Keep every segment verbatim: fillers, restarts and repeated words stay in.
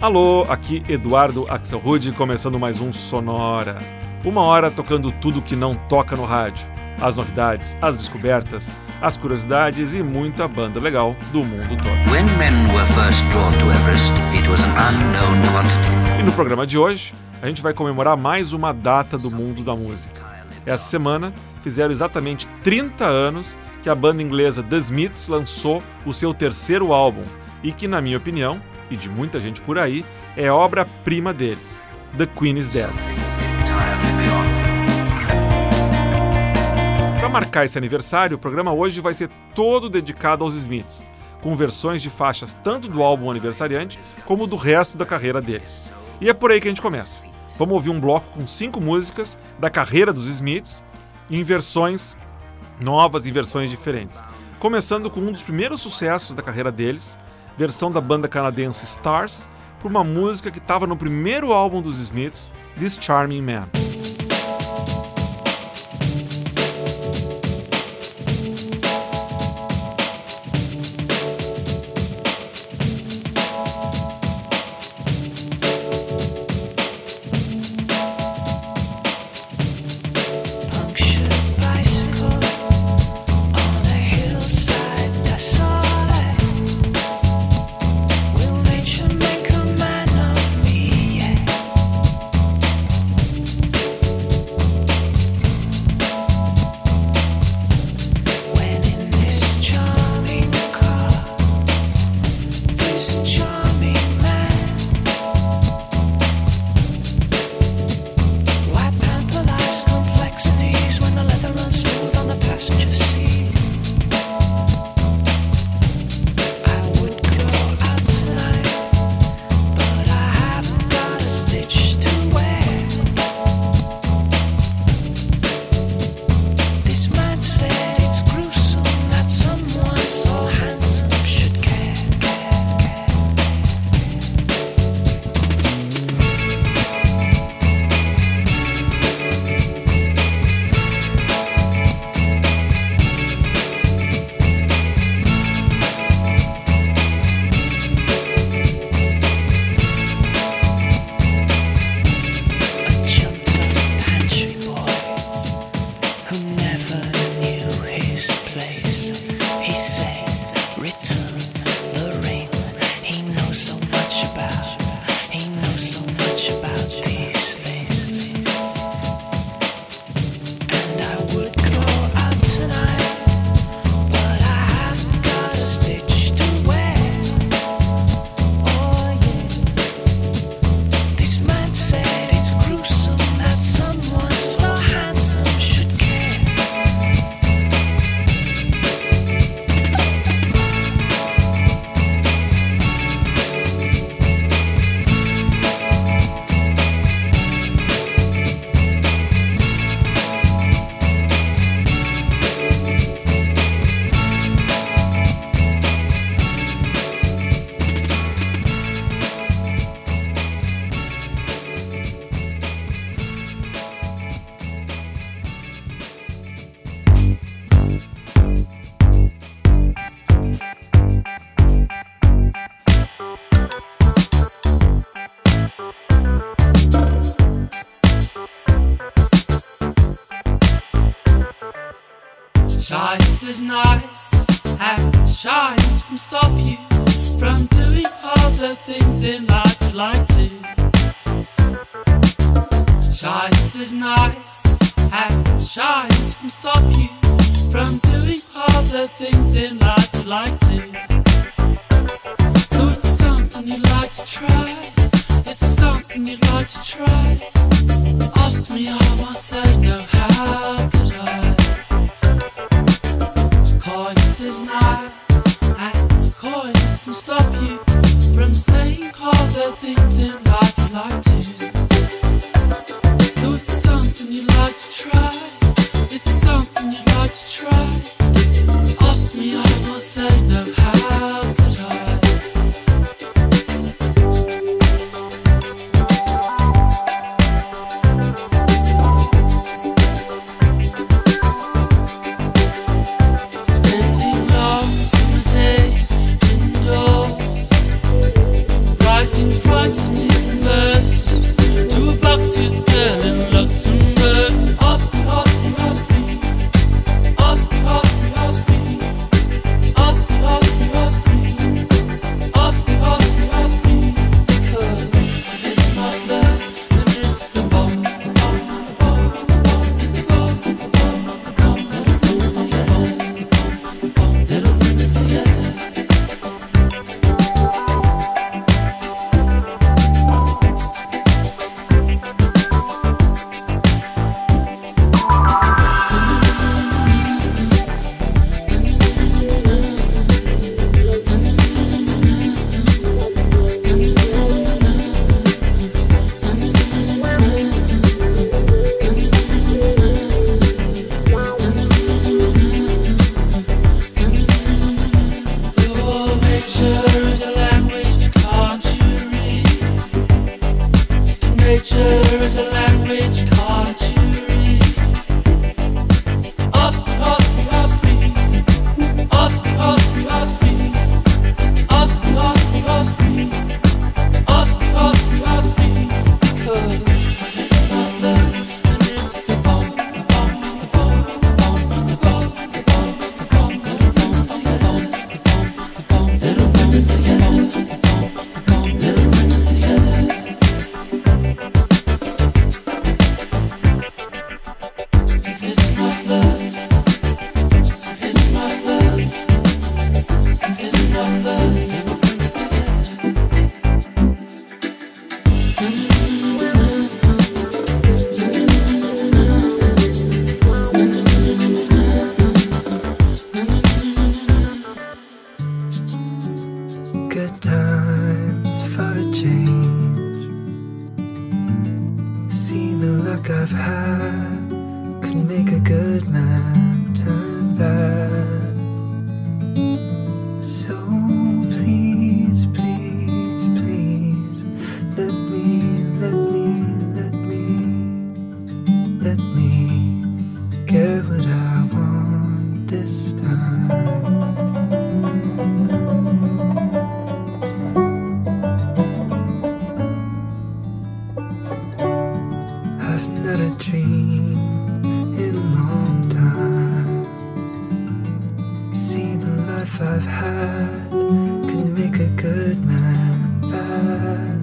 Alô, aqui Eduardo Axelrod, começando mais um Sonora. Uma hora tocando tudo que não toca no rádio. As novidades, as descobertas, as curiosidades e muita banda legal do mundo todo. When men were first drawn to Everest, it was an unknown quantity. E no programa de hoje, a gente vai comemorar mais uma data do mundo da música. Essa semana, fizeram exatamente trinta anos que a banda inglesa The Smiths lançou o seu terceiro álbum e que, na minha opinião, e de muita gente por aí, é obra-prima deles, The Queen is Dead. Para marcar esse aniversário, o programa hoje vai ser todo dedicado aos Smiths, com versões de faixas tanto do álbum aniversariante como do resto da carreira deles. E é por aí que a gente começa. Vamos ouvir um bloco com cinco músicas da carreira dos Smiths em versões novas e versões diferentes. Começando com um dos primeiros sucessos da carreira deles, versão da banda canadense Stars, por uma música que estava no primeiro álbum dos Smiths, This Charming Man. Shyness is nice, and shyness can stop you from doing all the things in life you like to. Shyness is nice, and shyness can stop you from doing all the things in life you like to. So if there's something you'd like to try, if there's something you'd like to try, ask me, I won't say no, how could I? Coyness is nice, and coyness can stop you from saying all the things in life you like to. So if there's something you'd like to try, if there's something you'd like to try, ask me, I won't say no, how could I? Spending love Picture is a language, can't you read? Ask, ask me, ask me. Ask, ask me, ask me. Ask, ask me, ask me. Ask, ask me, ask me. 'Cause it's not love, and it's the bomb, the bomb, the bomb, the bomb, the bomb, the bomb, the bomb, the bomb, the bomb, the bomb, the bomb, the bomb, the bomb, the bomb, together. If it's not love, if it's not love, if it's not love, it will bring us together. Good times for a change. See the luck I've had could make a good man turn bad. So please, please, please, let me, let me, let me, let me get what I want this time. I've not a dream in a long time. See the life I've had could make a good man bad.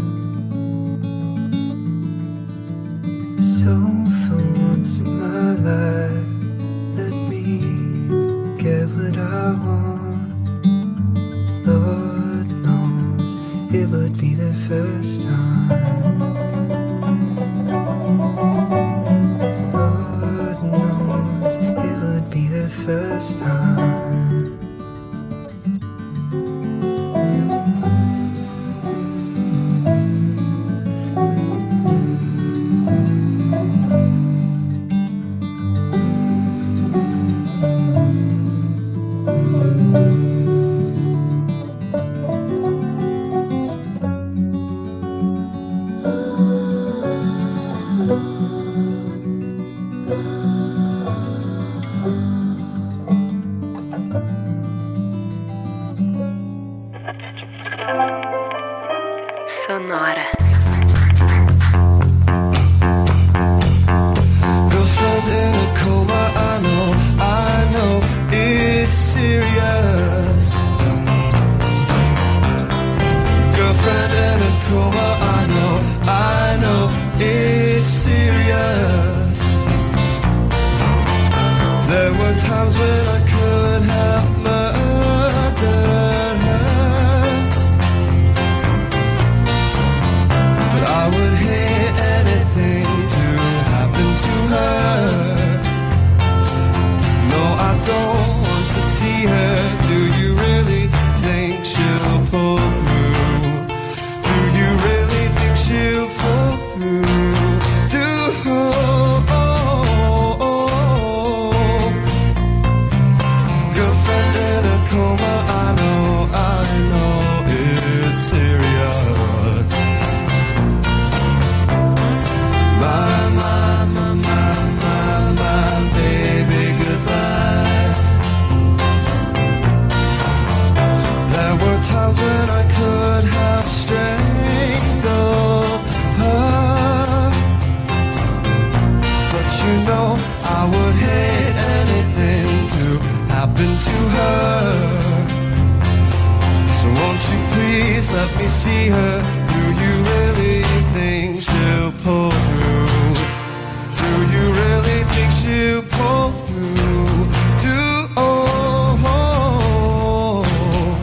So for once in my life, let me get what I want. Lord knows it would be the first time. Lord knows it would be the first time. Sonora. Girlfriend in a coma, I know, I know it's serious. Girlfriend in a coma, I know, I know it's serious. There were times when I could have murdered her, but I would hate anything to happen to her. No, I don't want to see her. Do you really think she'll pull through? Do you really think she'll pull through? Do oh, oh, oh. Girlfriend in a coma, I know, I know it's serious. My, my, my, my, my, my baby, goodbye. There were times when I could have strangled her, but you know I would hate anything to happen to her. So won't you please let me see her? Do you really think she'll pull through? Do you really think she'll pull through? Do oh, oh, oh.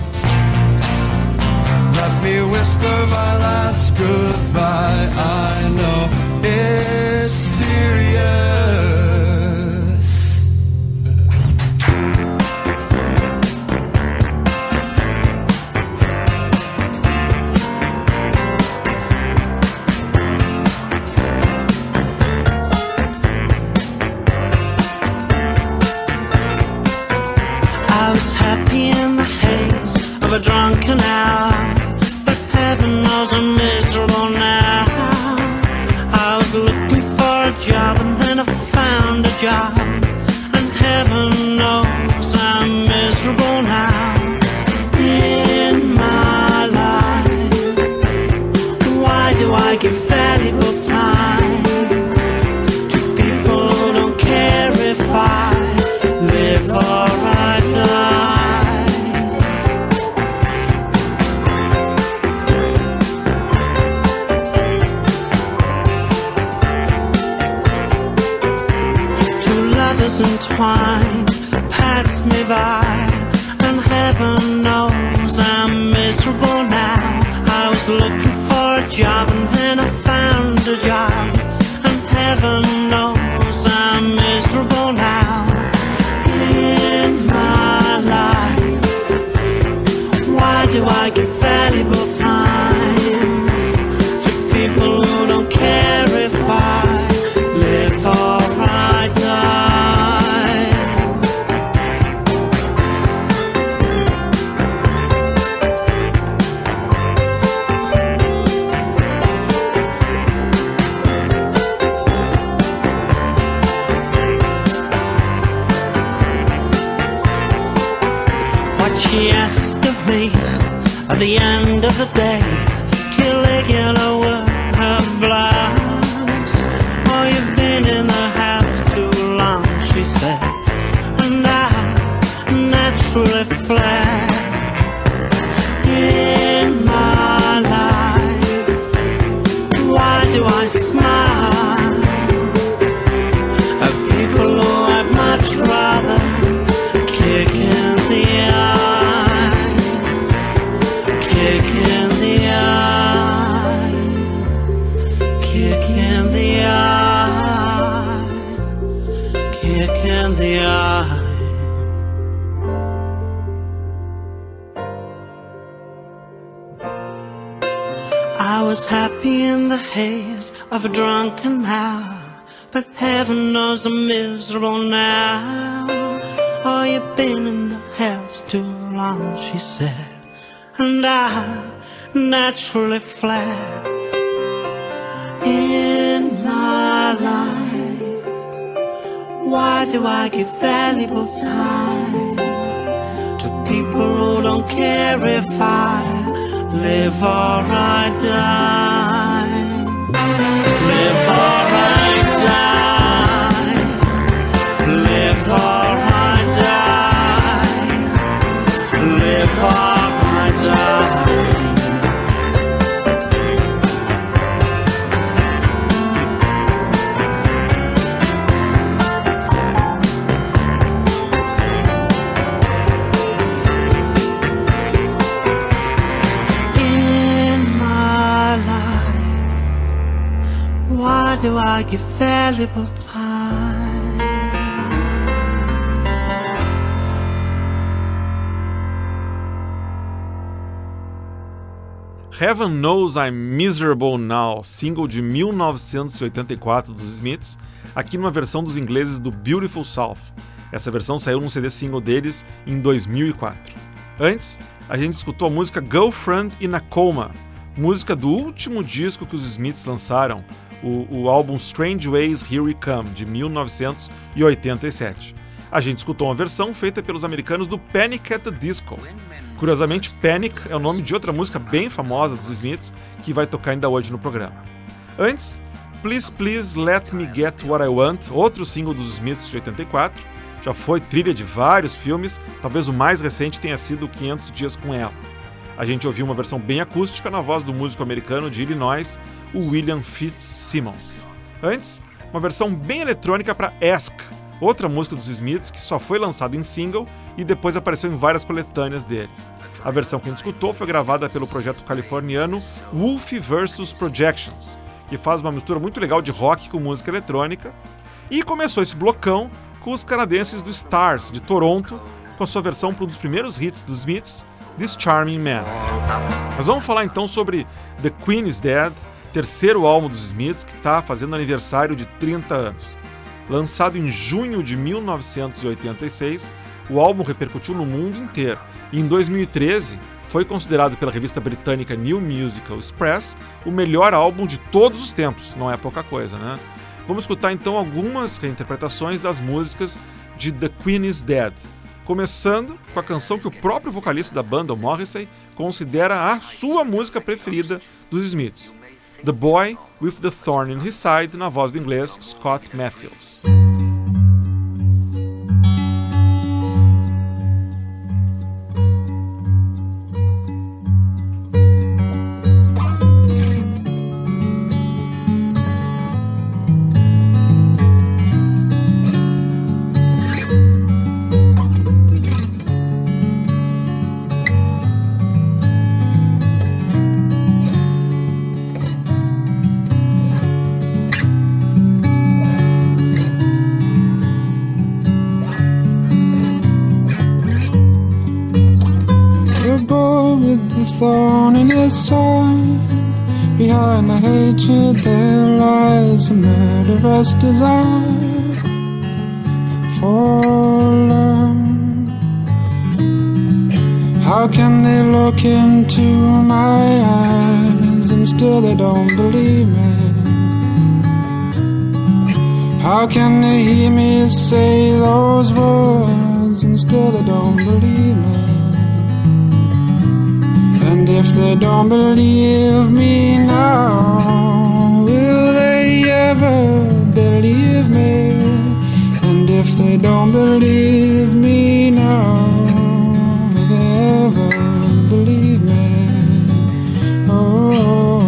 Let me whisper my last goodbye. I know it's serious. was looking for a job and then I found a job, and heaven knows I'm miserable now in my life. Why do I give valuable time to people who don't care if I live or I die? Entwined pass me by, and heaven knows I'm miserable now. I was looking for a job and then I found a job, and heaven knows I'm miserable now in my life. Why do I give valuable time to people who don't care if I live or I die? She asked of me at the end of the day, Caligula were her blouse. Oh, you've been in the house too long, she said, and I naturally fled. In my life, why do I smile at people who I'd much rather kick in the eye? Kick in the eye, kick in the eye, kick in the eye. I was happy in the haze of a drunken hour, but heaven knows I'm miserable now. Oh, you've been in the house too long, she said, and I naturally fled. In my life, why do I give valuable time to people who don't care if I live or I die? Live or I die, live or I die, live or I die. Why do I give valuable time? Heaven Knows I'm Miserable Now, single de mil novecentos e oitenta e quatro dos Smiths, aqui numa versão dos ingleses do Beautiful South. Essa versão saiu num C D single deles em dois mil e quatro. Antes, a gente escutou a música Girlfriend in a Coma, música do último disco que os Smiths lançaram, o, o álbum Strange Ways Here We Come, de mil novecentos e oitenta e sete. A gente escutou uma versão feita pelos americanos do Panic! At the Disco. Curiosamente, Panic! É o nome de outra música bem famosa dos Smiths, que vai tocar ainda hoje no programa. Antes, Please Please Let Me Get What I Want, outro single dos Smiths de oitenta e quatro, já foi trilha de vários filmes, talvez o mais recente tenha sido quinhentos Dias com Ela. A gente ouviu uma versão bem acústica na voz do músico americano de Illinois, o William Fitzsimmons. Antes, uma versão bem eletrônica para Ask, outra música dos Smiths que só foi lançada em single e depois apareceu em várias coletâneas deles. A versão que a gente escutou foi gravada pelo projeto californiano Wolf versus. Projections, que faz uma mistura muito legal de rock com música eletrônica, e começou esse blocão com os canadenses do Stars, de Toronto, com a sua versão para um dos primeiros hits dos Smiths, This Charming Man. Mas vamos falar então sobre The Queen is Dead, terceiro álbum dos Smiths que está fazendo aniversário de trinta anos. Lançado em junho de mil novecentos e oitenta e seis, o álbum repercutiu no mundo inteiro e em dois mil e treze foi considerado pela revista britânica New Musical Express o melhor álbum de todos os tempos. Não é pouca coisa, né? Vamos escutar então algumas reinterpretações das músicas de The Queen is Dead, começando com a canção que o próprio vocalista da banda, o Morrissey, considera a sua música preferida dos Smiths, The Boy with the Thorn in His Side, na voz do inglês Scott Matthews. Thorn in his side, behind the hatred there lies a murderous desire for love. How can they look into my eyes and still they don't believe me? How can they hear me say those words and still they don't believe me? And if they don't believe me now, will they ever believe me? And if they don't believe me now, will they ever believe me? Oh.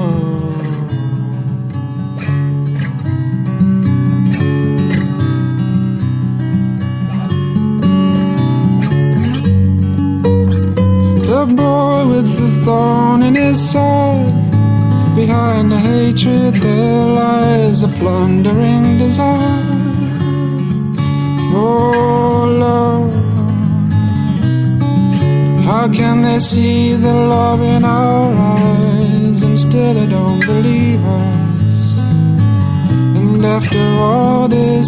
The boy with the thorn in his side, behind the hatred there lies a plundering desire for love. How can they see the love in our eyes and still they don't believe us? And after all this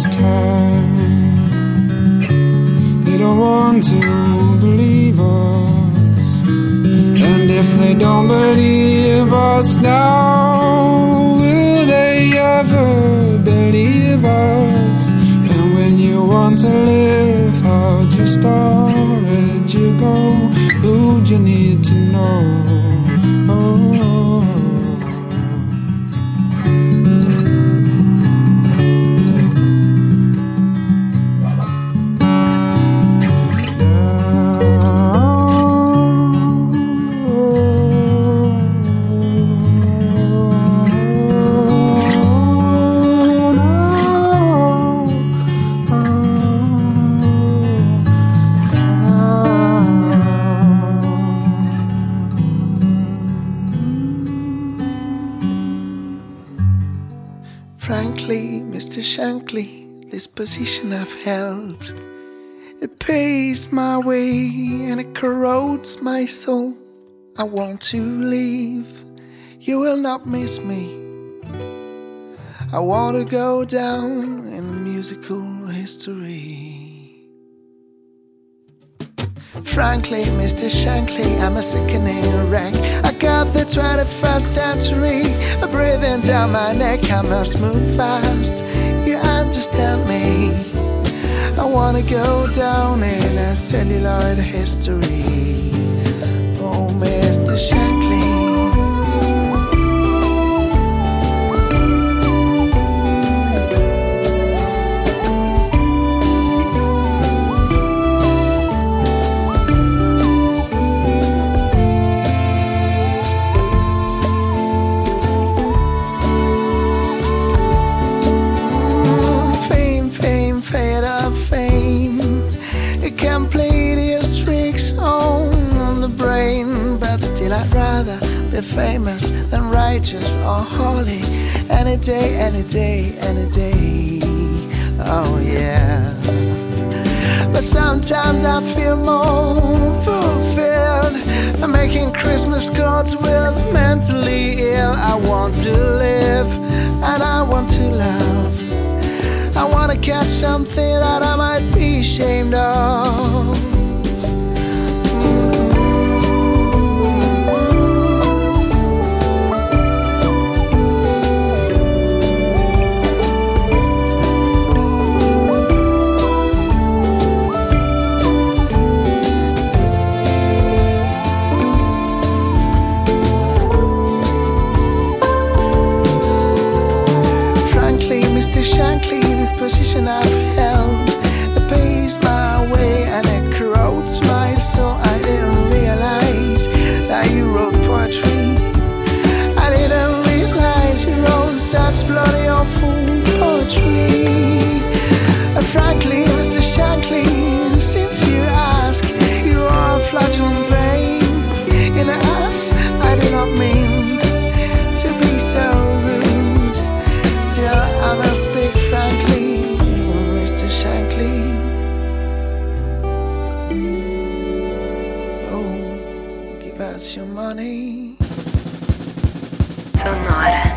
time, they don't want to believe us. And if they don't believe us now, will they ever believe us? And when you want to live, how'd you start? Where'd you go? Who'd you need to know? Oh. Frankly, Mister Shankly, this position I've held, it pays my way and it corrodes my soul. I want to leave, you will not miss me. I want to go down in musical history. Frankly, Mister Shankly, I'm a sickening wreck. I got the twenty-first century breathing down my neck. I must move fast, you understand me. I wanna go down in a celluloid history. Oh, Mister Shankly. I'd rather be famous than righteous or holy. Any day, any day, any day. Oh yeah. But sometimes I feel more fulfilled making Christmas cards with mentally ill. I want to live and I want to love. I want to catch something that I might be ashamed of. Shankly, this position I've held, it pays my way and it corrodes my soul. I didn't realize that you wrote poetry. I didn't realize you wrote such bloody awful poetry. And frankly, Mister Shankly, since you ask, you are a flattering pain in the ass. I did not mean to be so rude. Still, I must speak frankly, Mister Shankly. Oh, give us your money. Sonora.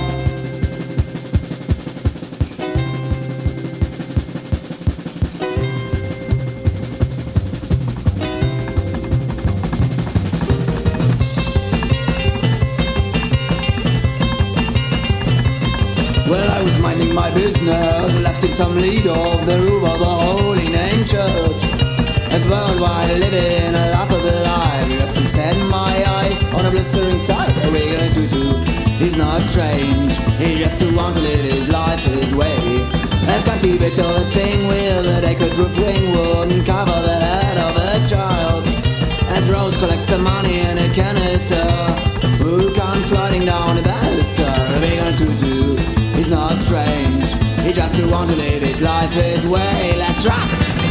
Well, I was minding my business, left in some lead of the roof of a holy name church. As worldwide living a laughable life, just to set my eyes on a blistering sight. What are we gonna do to? He's not strange, he just wants to live his life his way. As can't keep it till the thing with a decorative roof ring wouldn't cover the head of a child. As Rose collects the money in a canister, who comes sliding down the banister? What are we gonna do to? He's not strange, he just wants to live his life his way. Let's rock!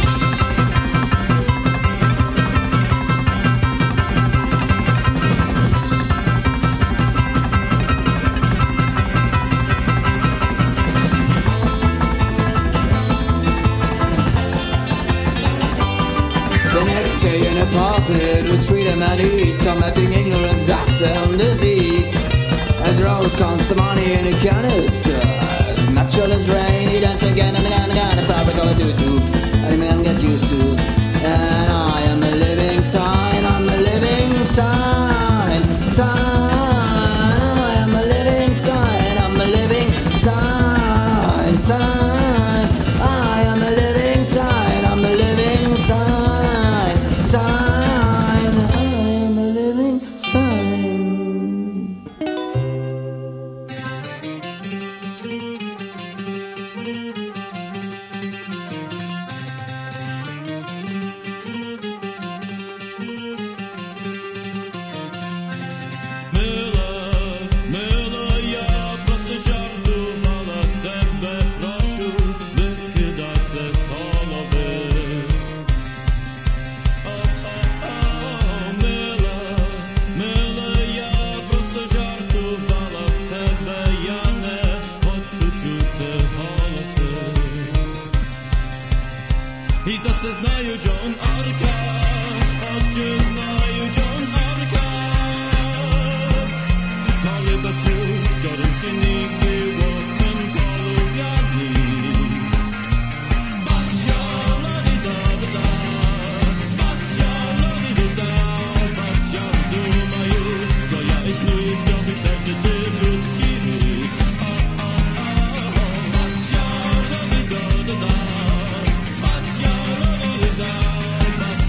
The next day in a pulpit with freedom and ease, combating ignorance, dust and disease. As Rose counts the money in a canister, as natural as rain, he dances again and again and again. The fabric of a tutu, any man get used to. And I am a living sign, I'm a living sign, sign. I am a living sign, I'm a living sign, sign. I am a living sign, I'm a living sign, sign. I am a living sign. I tacy znają John Arka, oczy znają John Arka. Kolie baciuś, korynki nigdy, łotnym kolu wiadni. Bacia, lali da da da, bacia, lali da da, bacia, dumaju, co ja ich nuję, zdoby serce ty ludzki mych. Bacia, lali da da da, bacia, lali da da.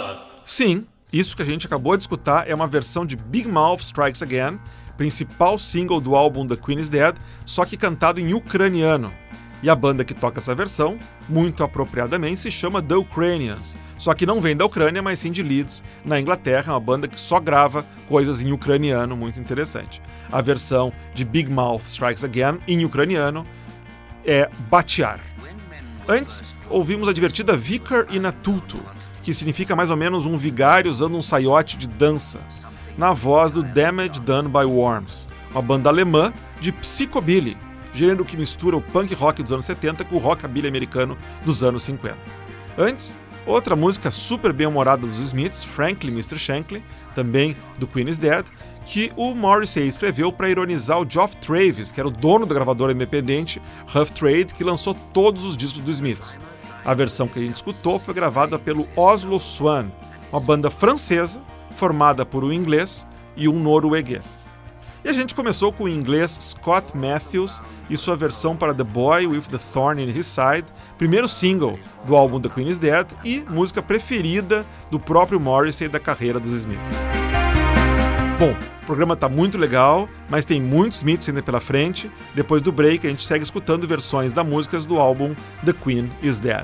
Sim, isso que a gente acabou de escutar é uma versão de Big Mouth Strikes Again, principal single do álbum The Queen is Dead, só que cantado em ucraniano. E a banda que toca essa versão, muito apropriadamente, se chama The Ukrainians. Só que não vem da Ucrânia, mas sim de Leeds, na Inglaterra, é uma banda que só grava coisas em ucraniano, muito interessante. A versão de Big Mouth Strikes Again, em ucraniano, é Batiar. Antes, ouvimos a divertida Vicar in a Tutu, que significa mais ou menos um vigário usando um saiote de dança, na voz do Damage Done by Worms, uma banda alemã de psychobilly, gênero que mistura o punk rock dos anos setenta com o rockabilly americano dos anos cinquenta. Antes, outra música super bem-humorada dos Smiths, Frankly mister Shankly, também do Queen is Dead, que o Morrissey escreveu para ironizar o Geoff Travis, que era o dono da gravadora independente Rough Trade, que lançou todos os discos dos Smiths. A versão que a gente escutou foi gravada pelo Oslo Swan, uma banda francesa formada por um inglês e um norueguês. E a gente começou com o inglês Scott Matthews e sua versão para The Boy with the Thorn in His Side, primeiro single do álbum The Queen is Dead e música preferida do próprio Morrissey da carreira dos Smiths. Bom, o programa tá muito legal, mas tem muitos Smiths ainda pela frente. Depois do break, a gente segue escutando versões das músicas do álbum The Queen is Dead.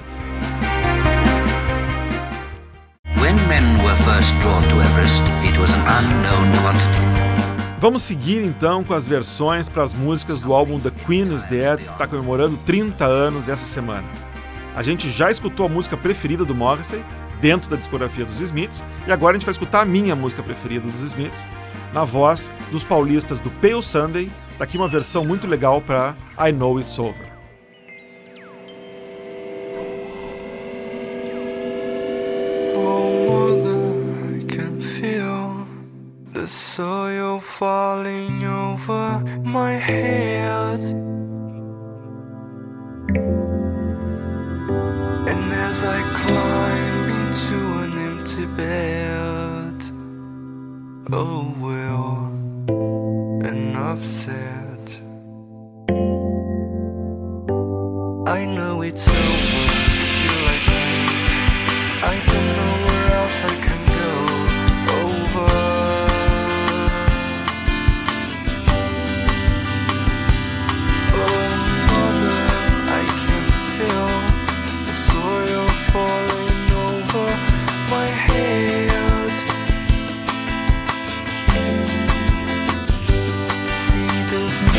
When men were first drawn to Everest, it was an unknown quantity. Vamos seguir então com as versões para as músicas do álbum The Queen is Dead, que está comemorando trinta anos essa semana. A gente já escutou a música preferida do Morrissey, dentro da discografia dos Smiths, e agora a gente vai escutar a minha música preferida dos Smiths, na voz dos paulistas do Pale Sunday. Tá aqui uma versão muito legal para I Know It's Over. Soil falling over my head, and as I climb into an empty bed, oh well, enough said. I know it's over, still I think I don't know where else I can go. Over. See the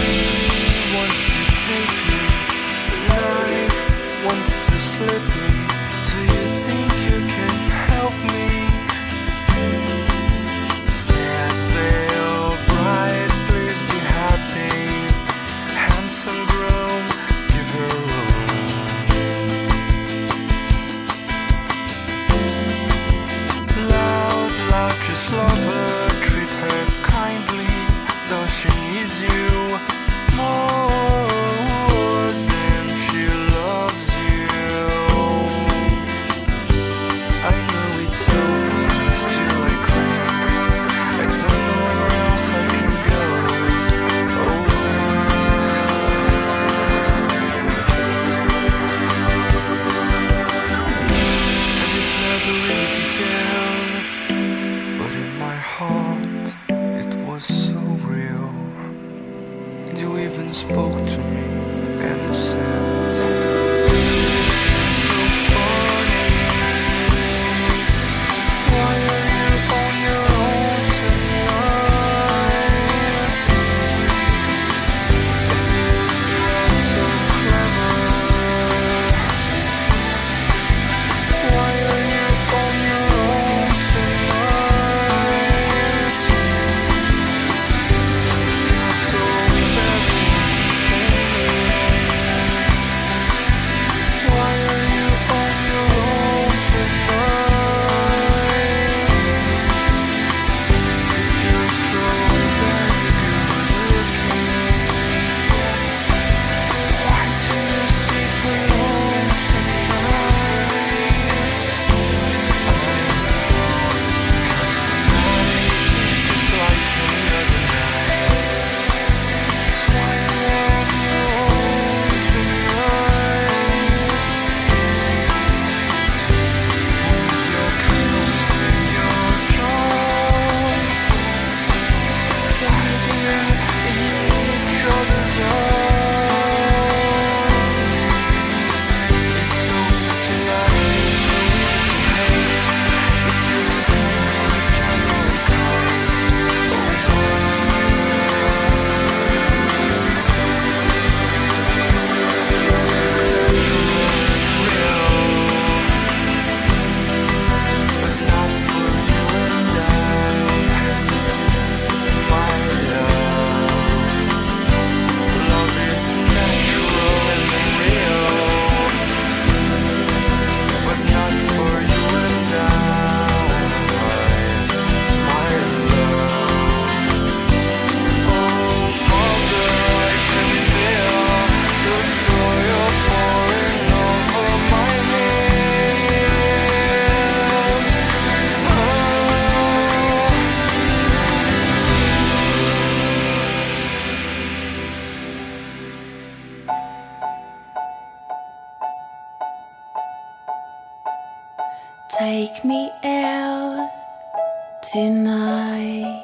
me out tonight,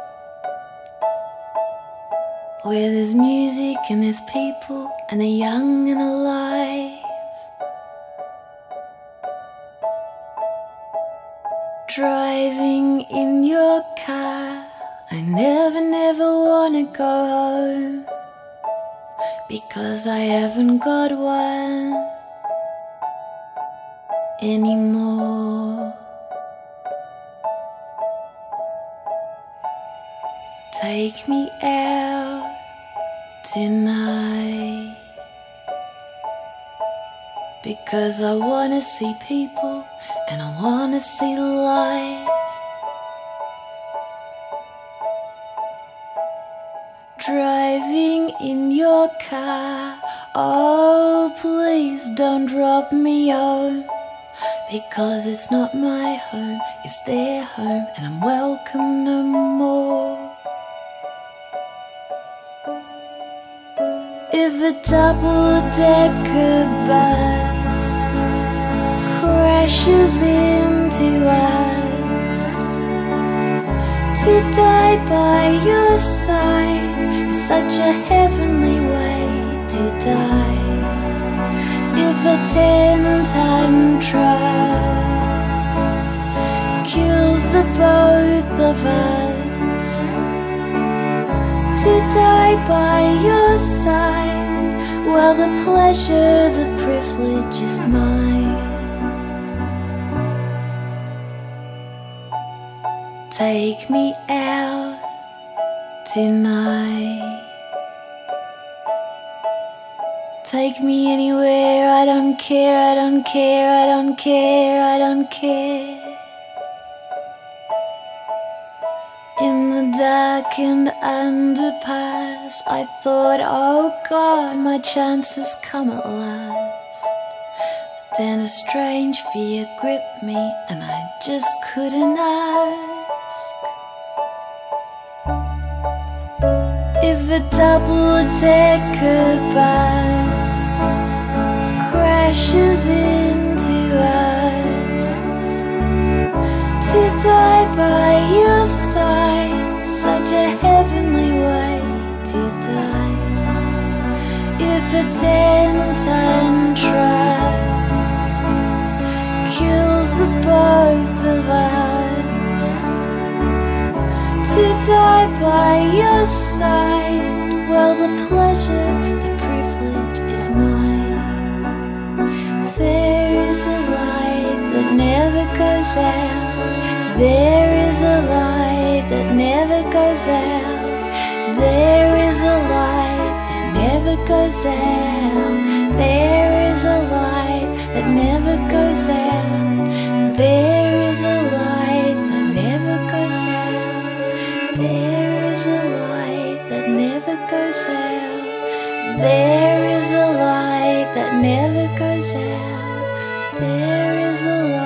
where there's music and there's people and they're young and alive. Driving in your car, I never, never wanna go home, because I haven't got one anymore. Take me out tonight, because I wanna see people and I wanna see life. Driving in your car, oh please don't drop me home, because it's not my home, it's their home, and I'm welcome no more. If a double-decker bus crashes into us, to die by your side is such a heavenly way to die. If a ten-ton truck kills the both of us, to die by your side, well, the pleasure, the privilege is mine. Take me out tonight, take me anywhere, I don't care, I don't care, I don't care, I don't care. In the darkened underpass, I thought, oh God, my chance has come at last. But then a strange fear gripped me and I just couldn't ask. If a double-decker bus crashes into us, to die by your side, such a heavenly way to die. If a ten-ton truck kills the both of us, to die by your side, well, the pleasure, the privilege is mine. There is a light that never goes out, there is a light that never goes out, there is a light that never goes out, there is a light that never goes out, there is a light that never goes out, there is a light that never goes out, there is a light that never goes out, there is a light.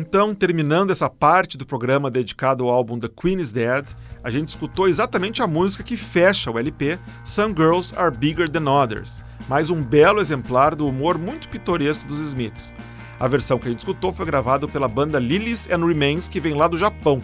então, terminando essa parte do programa dedicado ao álbum The Queen is Dead, a gente escutou exatamente a música que fecha o L P Some Girls Are Bigger Than Others, mais um belo exemplar do humor muito pitoresco dos Smiths. A versão que a gente escutou foi gravada pela banda Lilies and Remains, que vem lá do Japão.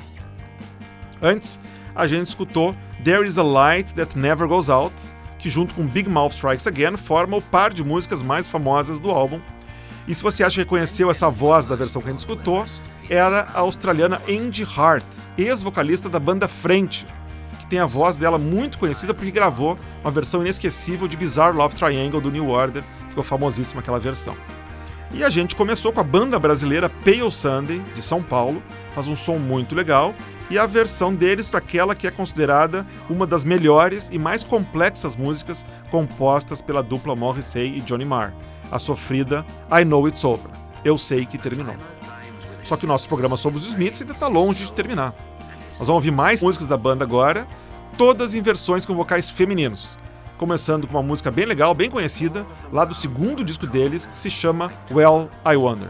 Antes, a gente escutou There Is a Light That Never Goes Out, que junto com Big Mouth Strikes Again forma o par de músicas mais famosas do álbum. E se você acha que reconheceu essa voz da versão que a gente escutou, era a australiana Angie Hart, ex-vocalista da banda Frente, que tem a voz dela muito conhecida porque gravou uma versão inesquecível de Bizarre Love Triangle do New Order, ficou famosíssima aquela versão. E a gente começou com a banda brasileira Pale Sunday, de São Paulo, faz um som muito legal, e a versão deles para aquela que é considerada uma das melhores e mais complexas músicas compostas pela dupla Morrissey e Johnny Marr, a sofrida I Know It's Over, Eu Sei Que Terminou. Só que o nosso programa sobre os Smiths ainda está longe de terminar. Nós vamos ouvir mais músicas da banda agora, todas em versões com vocais femininos. Começando com uma música bem legal, bem conhecida, lá do segundo disco deles, que se chama Well, I Wonder.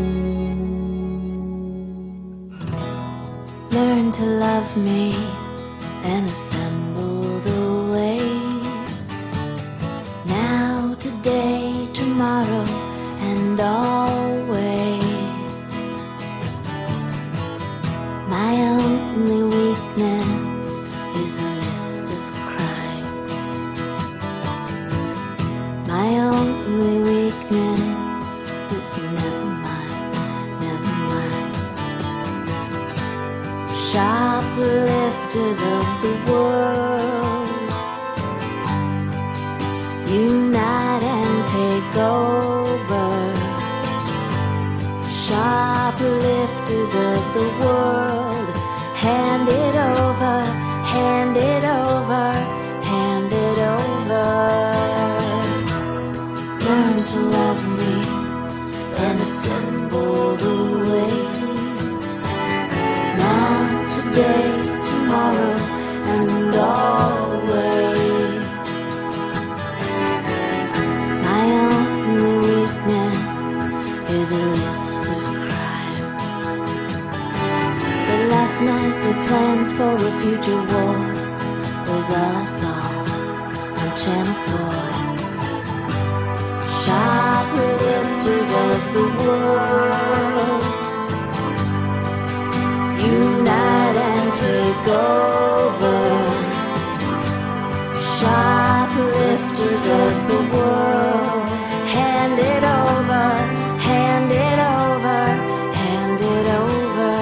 Learn to love me and assemble the waves. Now, today, tomorrow, and always. My only weakness is a list of crimes. My only weakness is never mind, never mind. Shoplifters of the world, unite and take over. Shoplifters of the world, hand it over, hand it over, hand it over. Learn to love me and assemble the waves. Now, today, tomorrow, and always. My only weakness is a list of crimes. But last night the plans for a future war was all I saw on Channel four. Shoplifters of the world, unite and take over. Shoplifters of the world, hand it over, hand it over, hand it over.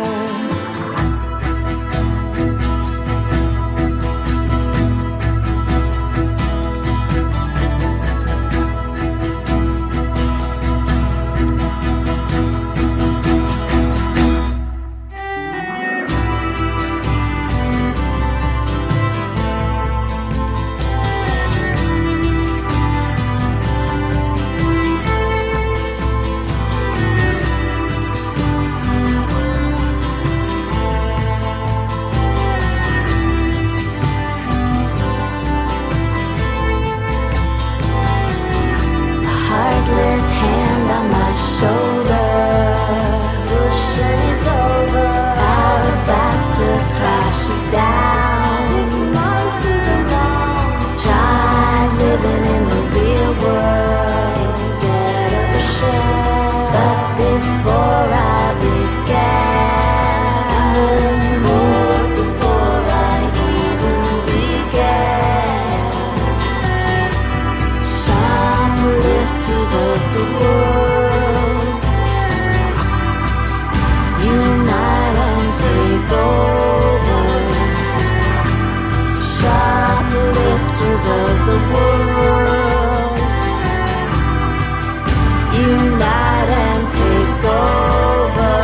Heartless hand on my shoulder, pushing it over. Alabaster crashes down. Six months is a long. Try living in the real world instead of a shell. But before I began, there was more before I even began. Shoplifters of the world, unite and take over. Shoplifters of the world, unite and take over.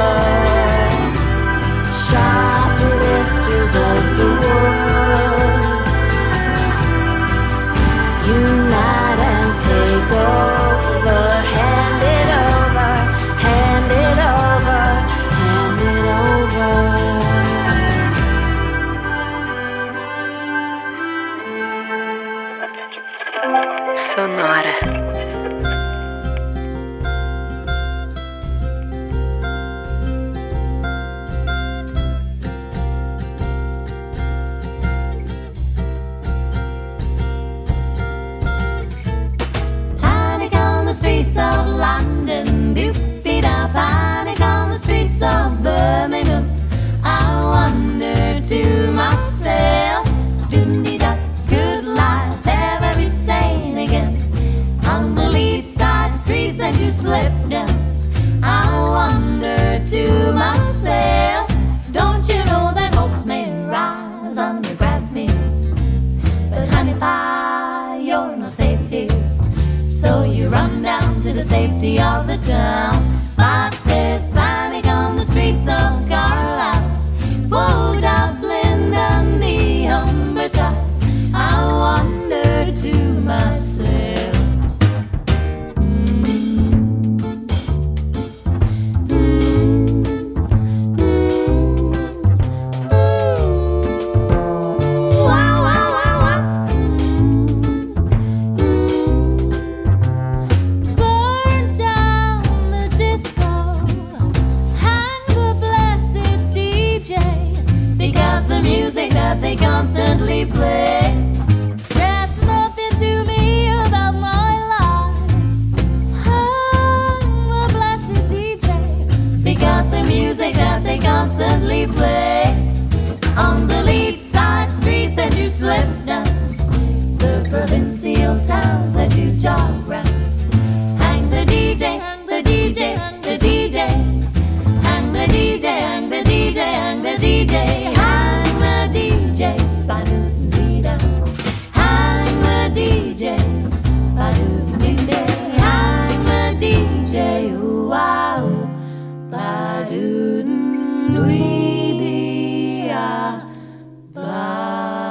Shoplifters of the world, unite and take over. Hand it over, hand it over, hand it over. Sonora. Panic on the streets of London, doop-dee-da. Panic on the streets of Birmingham. I wonder to myself, doop-dee-da, could life ever be sane again? On the lead side streets that you slip down, I wonder to myself, don't you know that hopes may rise on the grass field? But honey pie, you're not safe here, so you run down to the safety of the town. But there's panic on the streets of Carlisle, whoa, Dublin and the Humberside. I wonder to myself, wow, wow, wow, wow. Burn down the constantly play. Says nothing to me about my life. I'm a blasted D J because the music that they constantly play on the lead side streets that you slip down, the provincial towns that you jog round. Hang the D J, hang the D J, hang the D J, hang the D J, hang the D J, hang the D J, hang the D J, ba-doo-dee-da. Hang the D J, ba-doo-dee-da. Hang the D J, ooh-ah, ooh, ba-doo-dee-da, ba.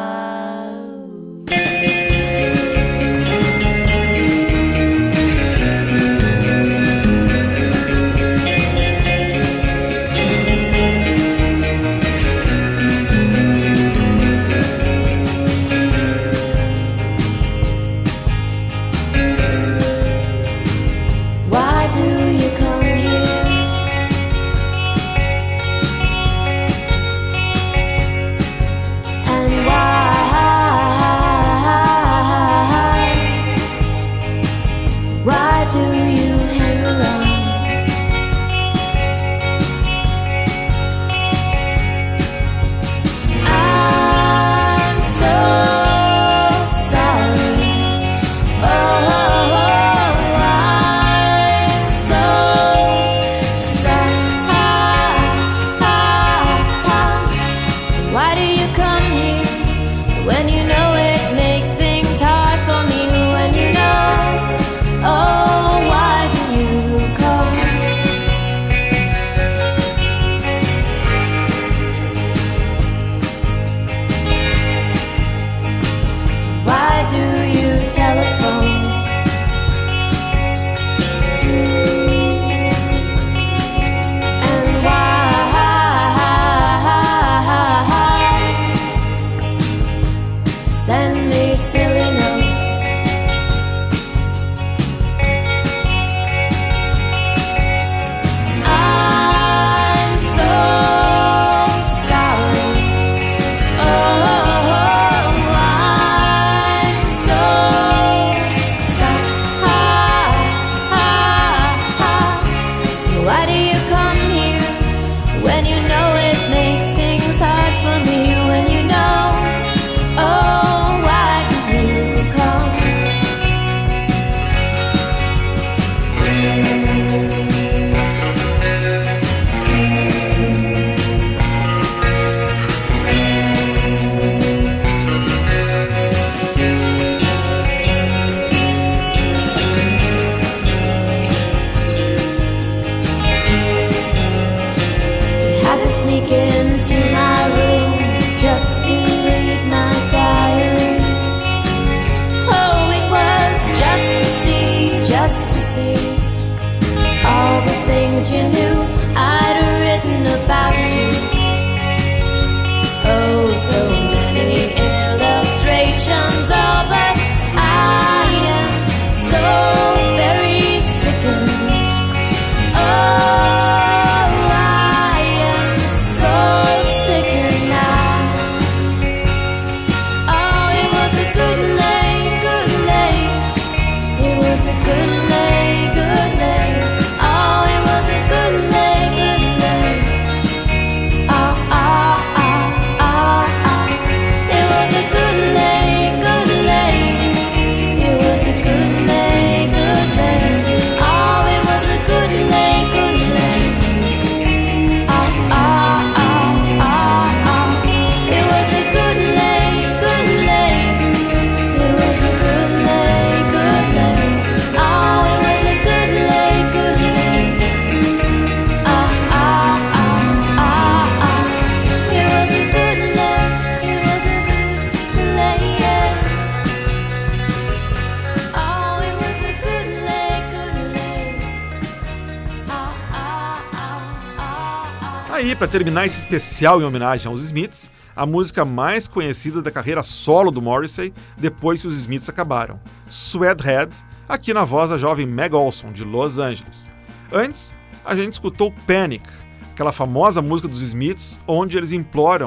Aí, para terminar esse especial em homenagem aos Smiths, a música mais conhecida da carreira solo do Morrissey depois que os Smiths acabaram, Sweathead, aqui na voz da jovem Meg Olson, de Los Angeles. Antes, a gente escutou Panic, aquela famosa música dos Smiths, onde eles imploram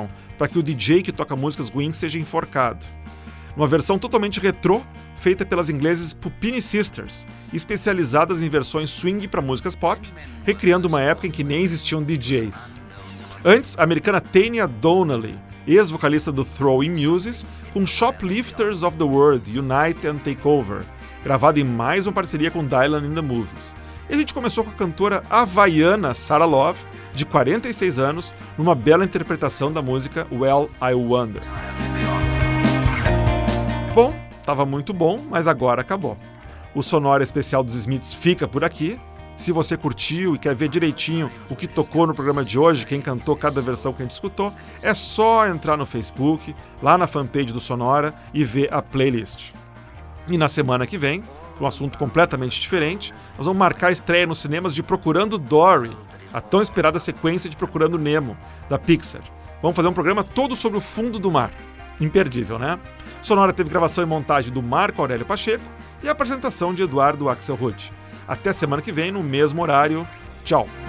para que o D J que toca músicas ruins seja enforcado. Uma versão totalmente retrô, feita pelas ingleses Puppini Sisters, especializadas em versões swing para músicas pop, recriando uma época em que nem existiam D Js. Antes, a americana Tanya Donelly, ex-vocalista do Throwing Muses, com Shoplifters of the World, Unite and Take Over, gravada em mais uma parceria com Dylan in the Movies. E a gente começou com a cantora havaiana Sarah Love, de quarenta e seis anos, numa bela interpretação da música Well, I Wonder. Bom, tava muito bom, mas agora acabou. O Sonora Especial dos Smiths fica por aqui. Se você curtiu e quer ver direitinho o que tocou no programa de hoje, quem cantou cada versão que a gente escutou, é só entrar no Facebook, lá na fanpage do Sonora, e ver a playlist. E na semana que vem, para um assunto completamente diferente, nós vamos marcar a estreia nos cinemas de Procurando Dory, a tão esperada sequência de Procurando Nemo, da Pixar. Vamos fazer um programa todo sobre o fundo do mar. Imperdível, né? Sonora teve gravação e montagem do Marco Aurélio Pacheco e a apresentação de Eduardo Axelrod. Até semana que vem, no mesmo horário. Tchau!